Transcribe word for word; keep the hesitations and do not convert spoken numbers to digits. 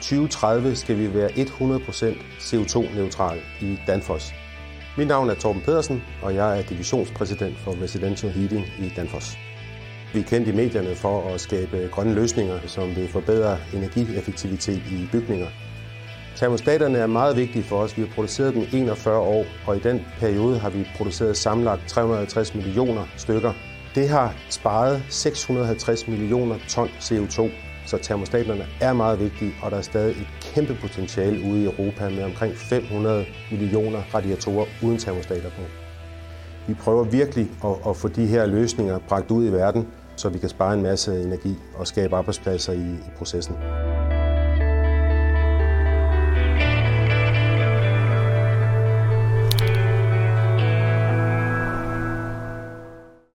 tyve tredive skal vi være hundrede procent C O to neutral i Danfoss. Mit navn er Torben Pedersen, og jeg er divisionspræsident for Residential Heating i Danfoss. Vi er kendt i medierne for at skabe grønne løsninger, som vil forbedre energieffektivitet i bygninger. Termostaterne er meget vigtige for os. Vi har produceret dem i enogfyrre år, og i den periode har vi produceret samlet tre hundrede og halvtreds millioner stykker. Det har sparet seks hundrede og halvtreds millioner ton C O to, så termostaterne er meget vigtige, og der er stadig et kæmpe potentiale ude i Europa med omkring fem hundrede millioner radiatorer uden termostater på. Vi prøver virkelig at, at få de her løsninger bragt ud i verden, så vi kan spare en masse energi og skabe arbejdspladser i, i processen.